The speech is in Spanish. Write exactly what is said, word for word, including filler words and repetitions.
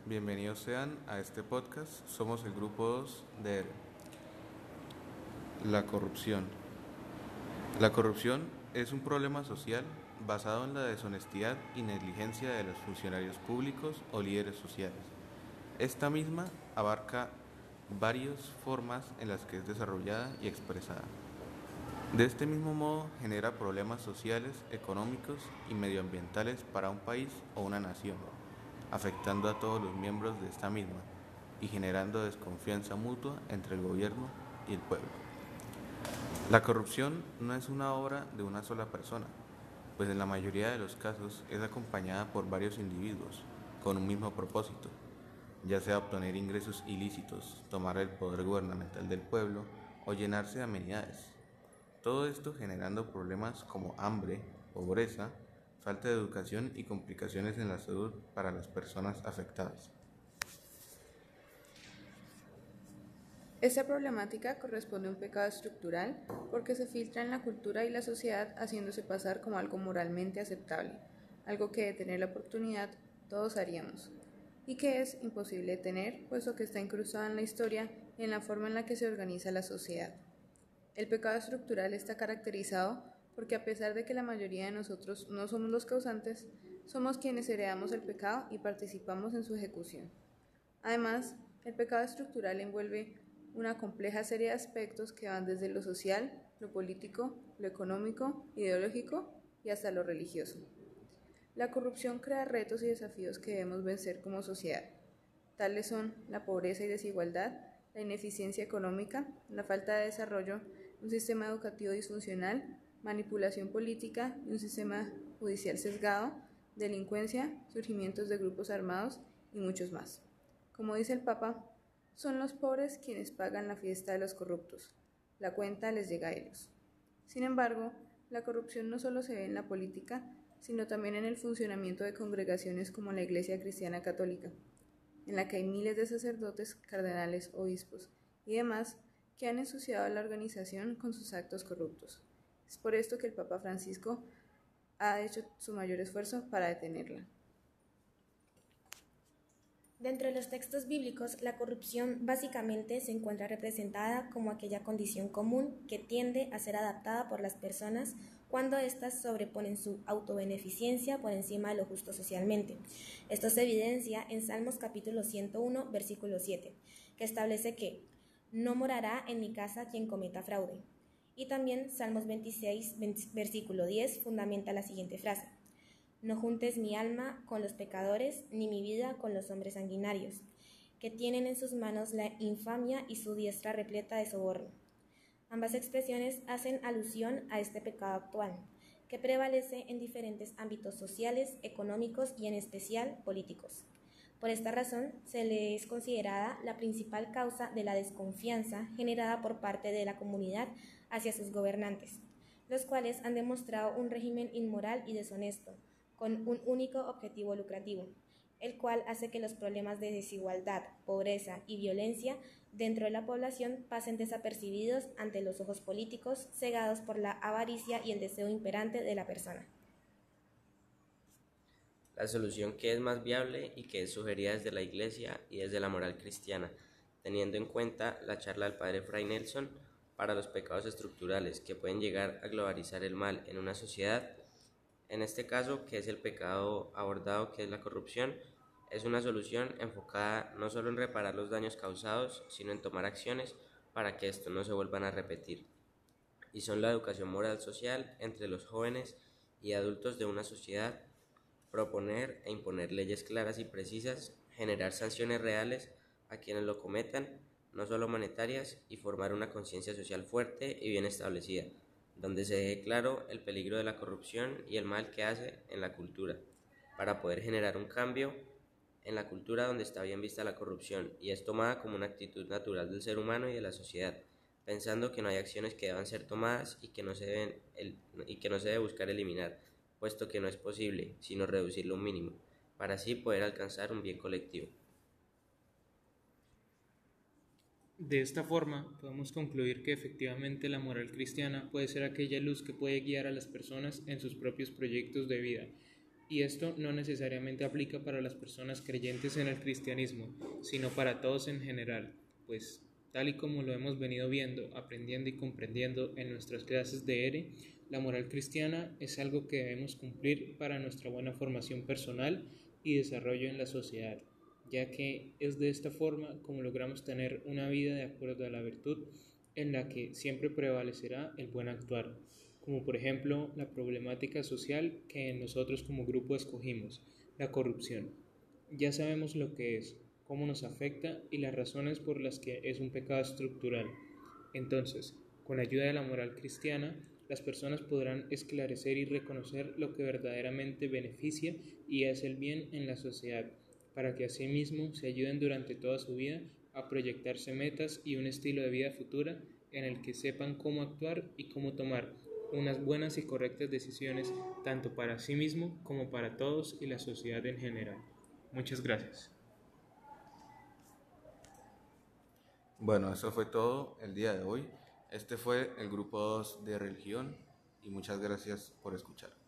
Bienvenidos sean a este podcast. Somos el grupo dos de la corrupción. La corrupción es un problema social basado en la deshonestidad y negligencia de los funcionarios públicos o líderes sociales. Esta misma abarca varias formas en las que es desarrollada y expresada. De este mismo modo genera problemas sociales, económicos y medioambientales para un país o una nación, afectando a todos los miembros de esta misma y generando desconfianza mutua entre el gobierno y el pueblo. La corrupción no es una obra de una sola persona, pues en la mayoría de los casos es acompañada por varios individuos con un mismo propósito, ya sea obtener ingresos ilícitos, tomar el poder gubernamental del pueblo o llenarse de amenidades. Todo esto generando problemas como hambre, pobreza, falta de educación y complicaciones en la salud para las personas afectadas. Esta problemática corresponde a un pecado estructural porque se filtra en la cultura y la sociedad haciéndose pasar como algo moralmente aceptable, algo que de tener la oportunidad todos haríamos, y que es imposible de tener puesto que está incrustado en la historia y en la forma en la que se organiza la sociedad. El pecado estructural está caracterizado porque a pesar de que la mayoría de nosotros no somos los causantes, somos quienes heredamos el pecado y participamos en su ejecución. Además, el pecado estructural envuelve una compleja serie de aspectos que van desde lo social, lo político, lo económico, ideológico y hasta lo religioso. La corrupción crea retos y desafíos que debemos vencer como sociedad. Tales son la pobreza y desigualdad, la ineficiencia económica, la falta de desarrollo, un sistema educativo disfuncional, manipulación política y un sistema judicial sesgado, delincuencia, surgimientos de grupos armados y muchos más. Como dice el Papa, son los pobres quienes pagan la fiesta de los corruptos. La cuenta les llega a ellos. Sin embargo, la corrupción no solo se ve en la política, sino también en el funcionamiento de congregaciones como la Iglesia Cristiana Católica, en la que hay miles de sacerdotes, cardenales, obispos y demás que han ensuciado la organización con sus actos corruptos. Es por esto que el Papa Francisco ha hecho su mayor esfuerzo para detenerla. Dentro de los textos bíblicos, la corrupción básicamente se encuentra representada como aquella condición común que tiende a ser adaptada por las personas cuando éstas sobreponen su autobeneficencia por encima de lo justo socialmente. Esto se evidencia en Salmos capítulo ciento uno, versículo siete, que establece que no morará en mi casa quien cometa fraude. Y también Salmos veintiséis, versículo diez, fundamenta la siguiente frase: no juntes mi alma con los pecadores, ni mi vida con los hombres sanguinarios, que tienen en sus manos la infamia y su diestra repleta de soborno. Ambas expresiones hacen alusión a este pecado actual, que prevalece en diferentes ámbitos sociales, económicos y en especial políticos. Por esta razón, se le es considerada la principal causa de la desconfianza generada por parte de la comunidad hacia sus gobernantes, los cuales han demostrado un régimen inmoral y deshonesto, con un único objetivo lucrativo, el cual hace que los problemas de desigualdad, pobreza y violencia dentro de la población pasen desapercibidos ante los ojos políticos, cegados por la avaricia y el deseo imperante de la persona. La solución que es más viable y que es sugerida desde la Iglesia y desde la moral cristiana, teniendo en cuenta la charla del padre Fray Nelson para los pecados estructurales que pueden llegar a globalizar el mal en una sociedad. En este caso, que es el pecado abordado, que es la corrupción, es una solución enfocada no solo en reparar los daños causados, sino en tomar acciones para que estos no se vuelvan a repetir. Y son la educación moral social entre los jóvenes y adultos de una sociedad, proponer e imponer leyes claras y precisas, generar sanciones reales a quienes lo cometan, no solo monetarias, y formar una conciencia social fuerte y bien establecida, donde se deje claro el peligro de la corrupción y el mal que hace en la cultura, para poder generar un cambio en la cultura donde está bien vista la corrupción y es tomada como una actitud natural del ser humano y de la sociedad, pensando que no hay acciones que deban ser tomadas y que no se deben el, y que no se debe buscar eliminar, puesto que no es posible, sino reducirlo a un mínimo, para así poder alcanzar un bien colectivo. De esta forma, podemos concluir que efectivamente la moral cristiana puede ser aquella luz que puede guiar a las personas en sus propios proyectos de vida, Y esto no necesariamente aplica para las personas creyentes en el cristianismo, sino para todos en general, pues tal y como lo hemos venido viendo, aprendiendo y comprendiendo en nuestras clases de E R E, la moral cristiana es algo que debemos cumplir para nuestra buena formación personal y desarrollo en la sociedad, ya que es de esta forma como logramos tener una vida de acuerdo a la virtud en la que siempre prevalecerá el buen actuar, como por ejemplo la problemática social que nosotros como grupo escogimos, la corrupción. Ya sabemos lo que es, cómo nos afecta y las razones por las que es un pecado estructural. Entonces, con ayuda de la moral cristiana, las personas podrán esclarecer y reconocer lo que verdaderamente beneficia y hace el bien en la sociedad, para que asimismo se ayuden durante toda su vida a proyectarse metas y un estilo de vida futura en el que sepan cómo actuar y cómo tomar unas buenas y correctas decisiones tanto para sí mismo como para todos y la sociedad en general. Muchas gracias. Bueno, eso fue todo el día de hoy. Este fue el grupo dos de religión y muchas gracias por escuchar.